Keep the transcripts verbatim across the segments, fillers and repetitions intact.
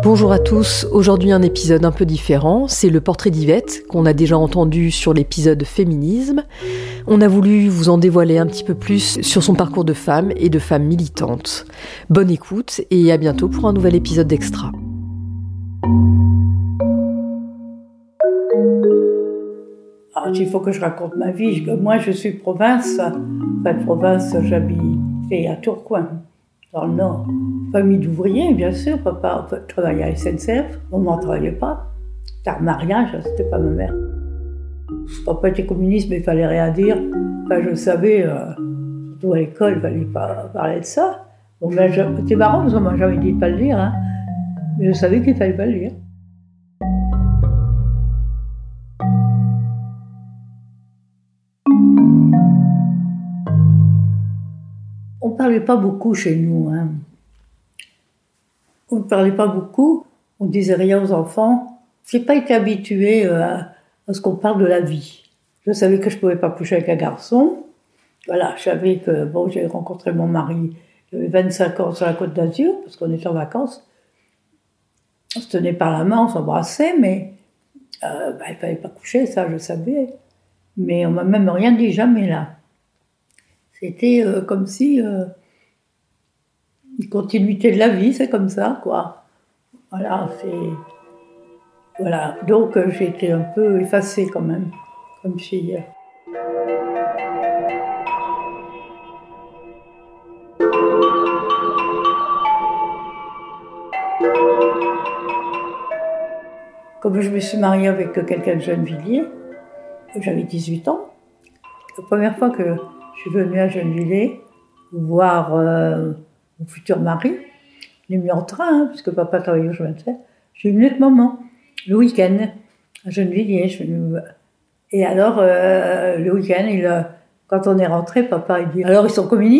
Bonjour à tous, aujourd'hui un épisode un peu différent, c'est le portrait d'Yvette qu'on a déjà entendu sur l'épisode Féminisme. On a voulu vous en dévoiler un petit peu plus sur son parcours de femme et de femme militante. Bonne écoute et à bientôt pour un nouvel épisode d'Extra. Alors, il faut que je raconte ma vie. Moi, je suis de province. Enfin, de province, j'habitais à Tourcoing, dans le Nord. Famille d'ouvriers, bien sûr. Papa travaillait à la S N C F. Maman ne travaillait pas. C'était un mariage, c'était pas ma mère. Papa était communiste, mais il fallait rien dire. Enfin, je savais, euh, surtout à l'école, il ne fallait pas parler de ça. Donc là, c'était marrant, parce que moi, j'avais dit de ne pas le dire. Hein. Mais je savais qu'il ne fallait pas le dire. On ne parlait pas beaucoup chez nous. Hein. On ne parlait pas beaucoup, on ne disait rien aux enfants. Je n'ai pas été habituée à, à ce qu'on parle de la vie. Je savais que je ne pouvais pas coucher avec un garçon. Voilà, je savais que bon, j'ai rencontré mon mari, j'avais vingt-cinq ans sur la Côte d'Azur, parce qu'on était en vacances. On se tenait par la main, on s'embrassait, mais euh, bah, il ne fallait pas coucher, ça je savais. Mais on ne m'a même rien dit, jamais là. C'était euh, comme si... Euh, une continuité de la vie, c'est comme ça, quoi. Voilà, c'est... Voilà, donc euh, j'ai été un peu effacée quand même, comme fille. Comme je me suis mariée avec quelqu'un de Gennevilliers, j'avais dix-huit ans. La première fois que je suis venue à Gennevilliers voir euh, mon futur mari, je l'ai mis en train, hein, puisque papa travaillait au chemin de fer. Je suis venue avec maman, le week-end, à Gennevilliers. Je suis venue... Et alors, euh, le week-end, il, euh, quand on est rentré, papa il dit « Alors, ils sont communistes ?»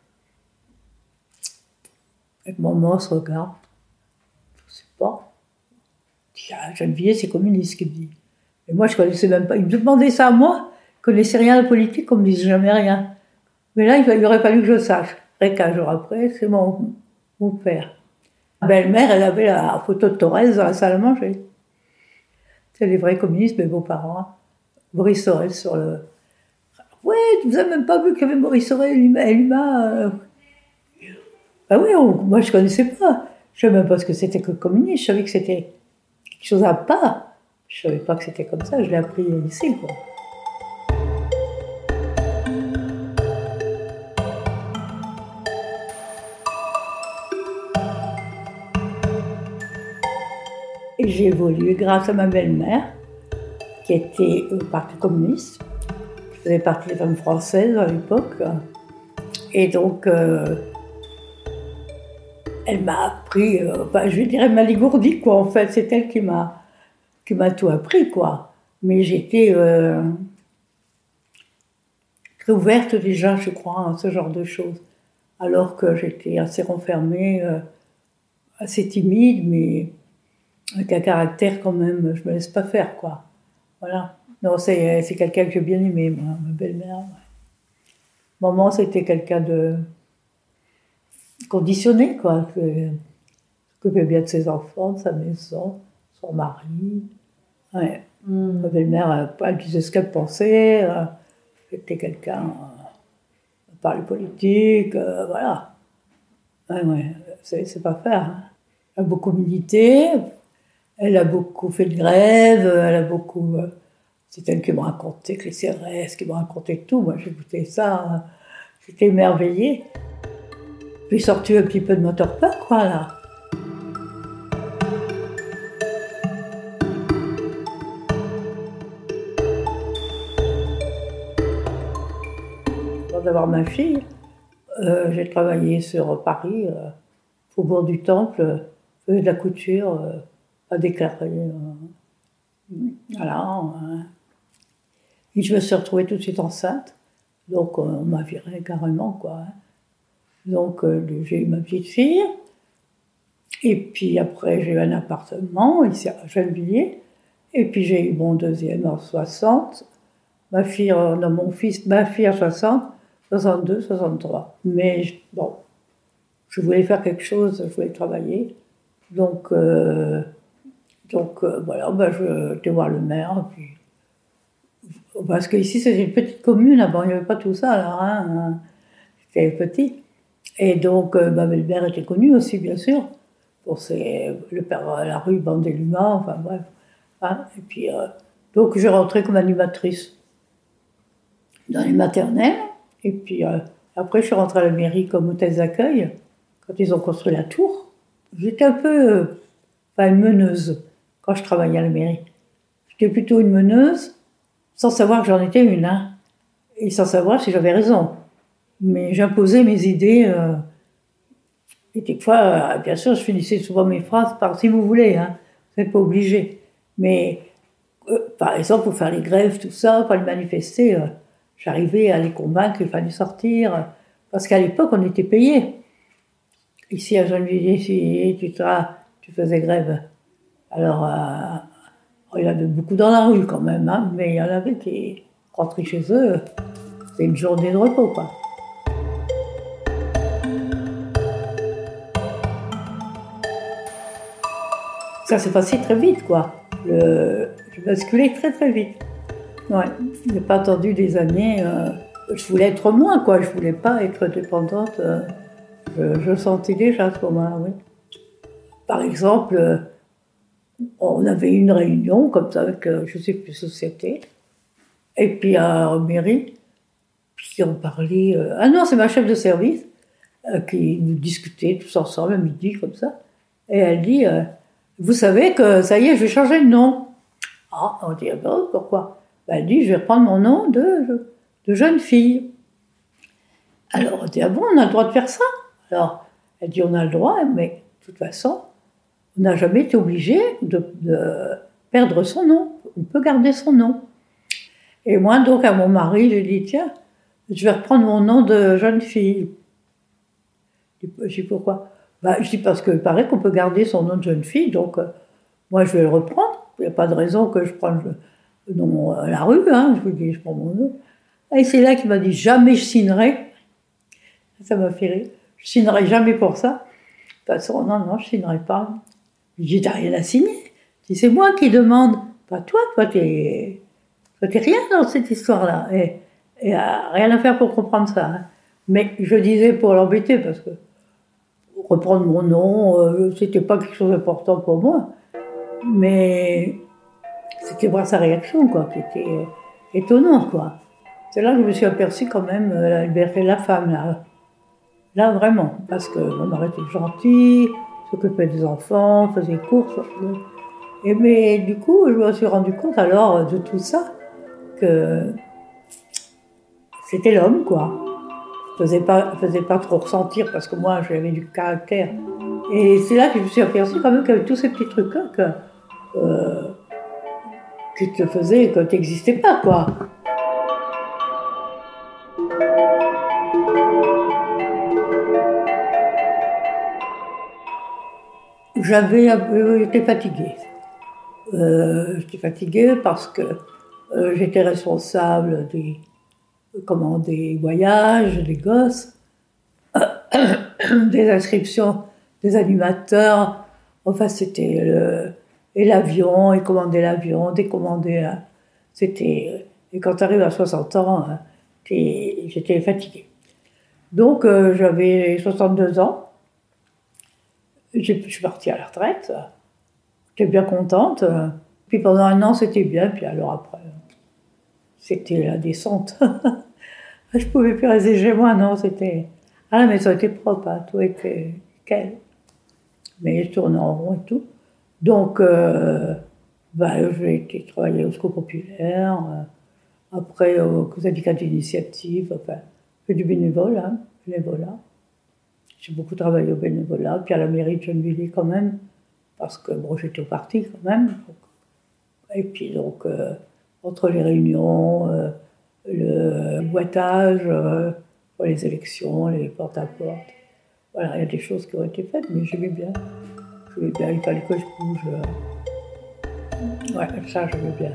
Et maman se regarde. Je ne sais pas. Il dit ah, « Gennevilliers, c'est communiste, qu'il me dit. » Et moi, je ne connaissais même pas. Il me demandait ça à moi. Je ne connaissais rien à la politique, on ne me disait jamais rien. Mais là, il aurait fallu que je sache. Et qu'un jour après, c'est mon, mon père. Ma belle-mère, elle avait la photo de Thorez dans la salle à manger. C'est les vrais communistes, mes beaux-parents. Hein. Maurice Thorez sur le... Ouais, vous n'avez même pas vu qu'il y avait Maurice Thorez et Luma euh... Ben oui, on... moi je ne connaissais pas. Je ne savais même pas ce que c'était que le communisme. Je savais que c'était quelque chose à part. Je ne savais pas que c'était comme ça. Je l'ai appris ici, quoi. Et j'ai évolué grâce à ma belle-mère, qui était au Parti communiste, qui faisait partie des femmes françaises à l'époque. Et donc, euh, elle m'a appris, euh, enfin, je dirais, elle m'a dégourdi, quoi, en fait. C'est elle qui m'a, qui m'a tout appris, quoi. Mais j'étais euh, très ouverte déjà, je crois, à ce genre de choses. Alors que j'étais assez renfermée, euh, assez timide, mais... avec un caractère quand même, je me laisse pas faire, quoi. Voilà. Non, c'est, c'est quelqu'un que j'ai bien aimé, moi, ma belle-mère. Ouais. Maman, c'était quelqu'un de conditionné, quoi. Qui s'occupait bien de ses enfants, de sa maison, son mari. Ouais. Mm. Ma belle-mère, elle disait ce qu'elle pensait. Euh, c'était quelqu'un euh, parlait politique, euh, voilà. Ouais, ouais, c'est, c'est pas faire. Hein. Elle a beaucoup milité. Elle a beaucoup fait de grève, elle a beaucoup... Euh, c'est elle qui me racontait que les C R S, qui me racontait tout. Moi, j'écoutais ça, euh, j'étais émerveillée. J'ai sorti un petit peu de moteur peur, quoi, là. Avant d'avoir ma fille, euh, j'ai travaillé sur Paris, euh, Faubourg du Temple, je faisais de la couture... Euh, à déclarer. Euh, voilà. Euh, et je me suis retrouvée tout de suite enceinte. Donc, euh, on m'a virée carrément, quoi. Donc, euh, j'ai eu ma petite fille. Et puis, après, j'ai eu un appartement ici à Gennevilliers. Et puis, j'ai eu mon deuxième en soixante. Ma fille, euh, non, mon fils, ma fille en soixante, soixante-deux, soixante-trois. Mais, bon, je voulais faire quelque chose, je voulais travailler. Donc, euh, donc euh, voilà, ben, je été voir le maire. Puis, parce qu'ici, c'est une petite commune. Avant, il n'y avait pas tout ça. Alors, hein, c'était petit. Et donc, euh, ma belle-mère était connue aussi, bien sûr, pour ses, le père à la rue Bandeluma, enfin bref. Hein, et puis, euh, donc, j'ai rentré comme animatrice dans les maternelles. Et puis, euh, après, je suis rentrée à la mairie comme hôtesse d'accueil, quand ils ont construit la tour. J'étais un peu, euh, enfin, une meneuse, quand je travaillais à la mairie. J'étais plutôt une meneuse, sans savoir que j'en étais une, hein, et sans savoir si j'avais raison. Mais j'imposais mes idées, euh, et quelquefois, euh, bien sûr, je finissais souvent mes phrases par « si vous voulez hein, », vous n'êtes pas obligé. Mais, euh, par exemple, pour faire les grèves, tout ça, pour les manifester, euh, j'arrivais à les convaincre qu'il fallait sortir, parce qu'à l'époque, on était payé. Ici, à Gennevilliers, si tu, tu faisais grève. Alors, euh, il y en avait beaucoup dans la rue quand même, hein, mais il y en avait qui rentraient chez eux, c'était une journée de repos, quoi. Ça s'est passé très vite, quoi. Le... Je basculais très très vite. Ouais, je n'ai pas attendu des années. Euh... Je voulais être moi, quoi. Je voulais pas être dépendante. Euh... Je, je sentais déjà à ce moment-là, oui. Par exemple, euh, on avait une réunion comme ça avec, euh, je ne sais plus ce que c'était, et puis à la mairie, puis on parlait. Euh... Ah non, c'est ma chef de service euh, qui nous discutait tous ensemble à midi comme ça, et elle dit. Euh, Vous savez que ça y est, je vais changer de nom. Ah, on dit, ah ben, pourquoi? Ben, elle dit, je vais reprendre mon nom de, de jeune fille. Alors, on dit, ah bon, on a le droit de faire ça? Alors, elle dit, on a le droit, mais de toute façon, on n'a jamais été obligé de, de perdre son nom. On peut garder son nom. Et moi, donc, à mon mari, j'ai dit, tiens, je vais reprendre mon nom de jeune fille. Je dis, pourquoi? Bah, je dis parce qu'il paraît qu'on peut garder son nom de jeune fille, donc euh, moi je vais le reprendre. Il n'y a pas de raison que je prenne le, le nom à la rue, hein. Je vous dis, je prends mon nom. Et c'est là qu'il m'a dit, jamais je signerai. Ça m'a fait rire. Je signerai jamais pour ça. De toute façon, non, non, je signerai pas. Je dis, t'as rien à signer. Je dis, c'est moi qui demande. Pas toi, toi t'es, toi, t'es rien dans cette histoire-là. Et, et euh, rien à faire pour comprendre ça. Hein. Mais je disais pour l'embêter, parce que reprendre mon nom, euh, c'était pas quelque chose d'important pour moi, mais c'était voir sa réaction, quoi, qui était euh, étonnante, quoi. C'est là que je me suis aperçue quand même euh, la liberté de la femme, là. Là, vraiment, parce que mon mari était gentil, s'occupait des enfants, faisait les courses. Et mais du coup, je me suis rendu compte alors de tout ça, que c'était l'homme, quoi. Faisait pas, faisait pas trop ressentir parce que moi j'avais du caractère. Et c'est là que je me suis aperçue quand même qu'avec tous ces petits trucs-là, que, euh, qui te faisaient que tu n'existais pas, quoi. J'avais un peu été fatiguée. Euh, j'étais fatiguée parce que euh, j'étais responsable des, comment, des voyages, des gosses. Des inscriptions des animateurs, enfin c'était le, et l'avion, et commander l'avion, décommander, hein. C'était, et quand tu arrives à soixante ans, hein, j'étais fatiguée. Donc euh, j'avais soixante-deux ans, je suis partie à la retraite, j'étais bien contente, puis pendant un an c'était bien, puis alors après, c'était la descente. Je pouvais plus rester chez moi, non, c'était... Ah, la maison était propre, hein, tout était nickel. Mais je tournais en rond et tout. Donc, euh, bah, j'ai été travailler au Secours populaire, euh, après au syndicat d'initiative, enfin, j'ai fait du bénévolat, hein, bénévolat. J'ai beaucoup travaillé au bénévolat, puis à la mairie de Gennevilliers quand même, parce que bon, j'étais au parti quand même. Donc. Et puis donc, euh, entre les réunions, euh, le boitage, euh, pour les élections, les porte-à-porte. Voilà, il y a des choses qui ont été faites, mais j'aimais bien. J'aimais bien, il fallait que je bouge. Ouais, ça, j'aimais bien.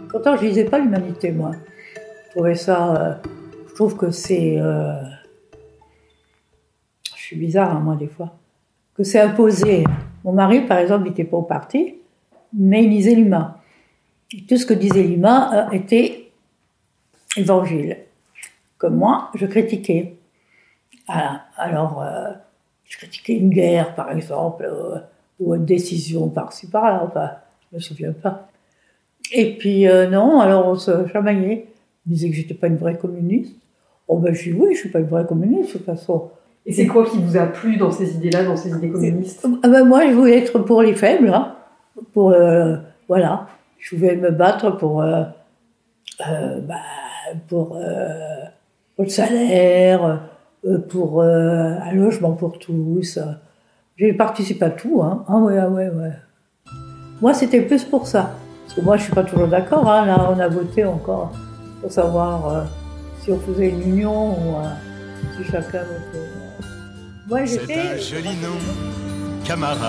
Pourtant, je lisais pas l'Humanité, moi. Je trouvais ça... Euh, je trouve que c'est... Euh, je suis bizarre, hein, moi, des fois. Que c'est imposé. Mon mari, par exemple, n'était pas au parti, mais il lisait l'Humain. Et tout ce que disait l'Humain euh, était évangile. Comme moi, je critiquais. Voilà. Alors, euh, je critiquais une guerre, par exemple, euh, ou une décision par-ci, par-là. Enfin, je me souviens pas. Et puis, euh, non, alors on se chamaillait. Il disait que j'étais pas une vraie communiste. Oh ben, je dis oui, je suis pas une vraie communiste, de toute façon. Et c'est quoi qui vous a plu dans ces idées-là, dans ces idées communistes ? Ah ben, moi, je voulais être pour les faibles, hein. Pour, euh, voilà. Je voulais me battre pour, euh, euh, bah, pour, euh, pour le salaire, euh, pour euh, un logement pour tous. J'ai participé à tout, hein. Ah ouais, ah ouais, ouais. Moi, c'était plus pour ça. Parce que moi, je suis pas toujours d'accord, hein. Là, on a voté encore pour savoir euh, si on faisait une union ou euh, si chacun votait. Moi, j'étais... C'est un joli nom, camarade.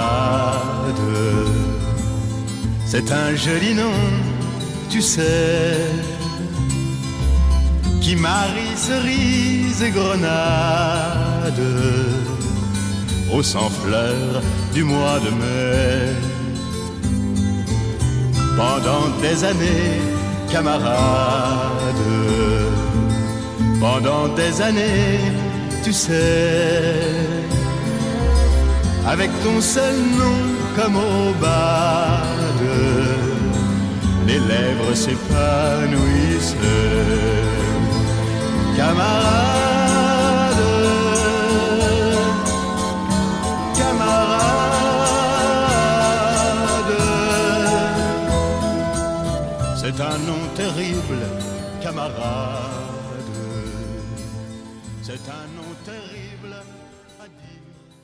C'est un joli nom, tu sais, qui marie cerises et grenades au sang fleur du mois de mai. Pendant des années, camarade, pendant des années, tu sais, avec ton seul nom comme aubade, les lèvres s'épanouissent. Camarade, camarade, c'est un nom terrible, camarade. C'est un nom terrible à dire.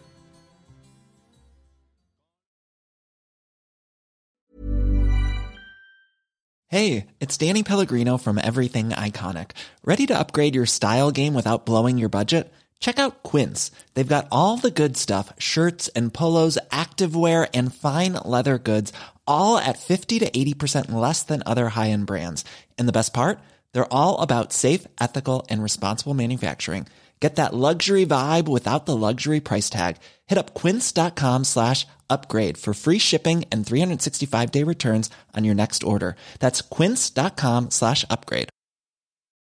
Hey, it's Danny Pellegrino from Everything Iconic. Ready to upgrade your style game without blowing your budget? Check out Quince. They've got all the good stuff, shirts and polos, activewear, and fine leather goods, all at fifty to eighty percent less than other high-end brands. And the best part? They're all about safe, ethical, and responsible manufacturing. Get that luxury vibe without the luxury price tag. Hit up quince.com slash upgrade for free shipping and three sixty-five day returns on your next order. That's quince.com slash upgrade.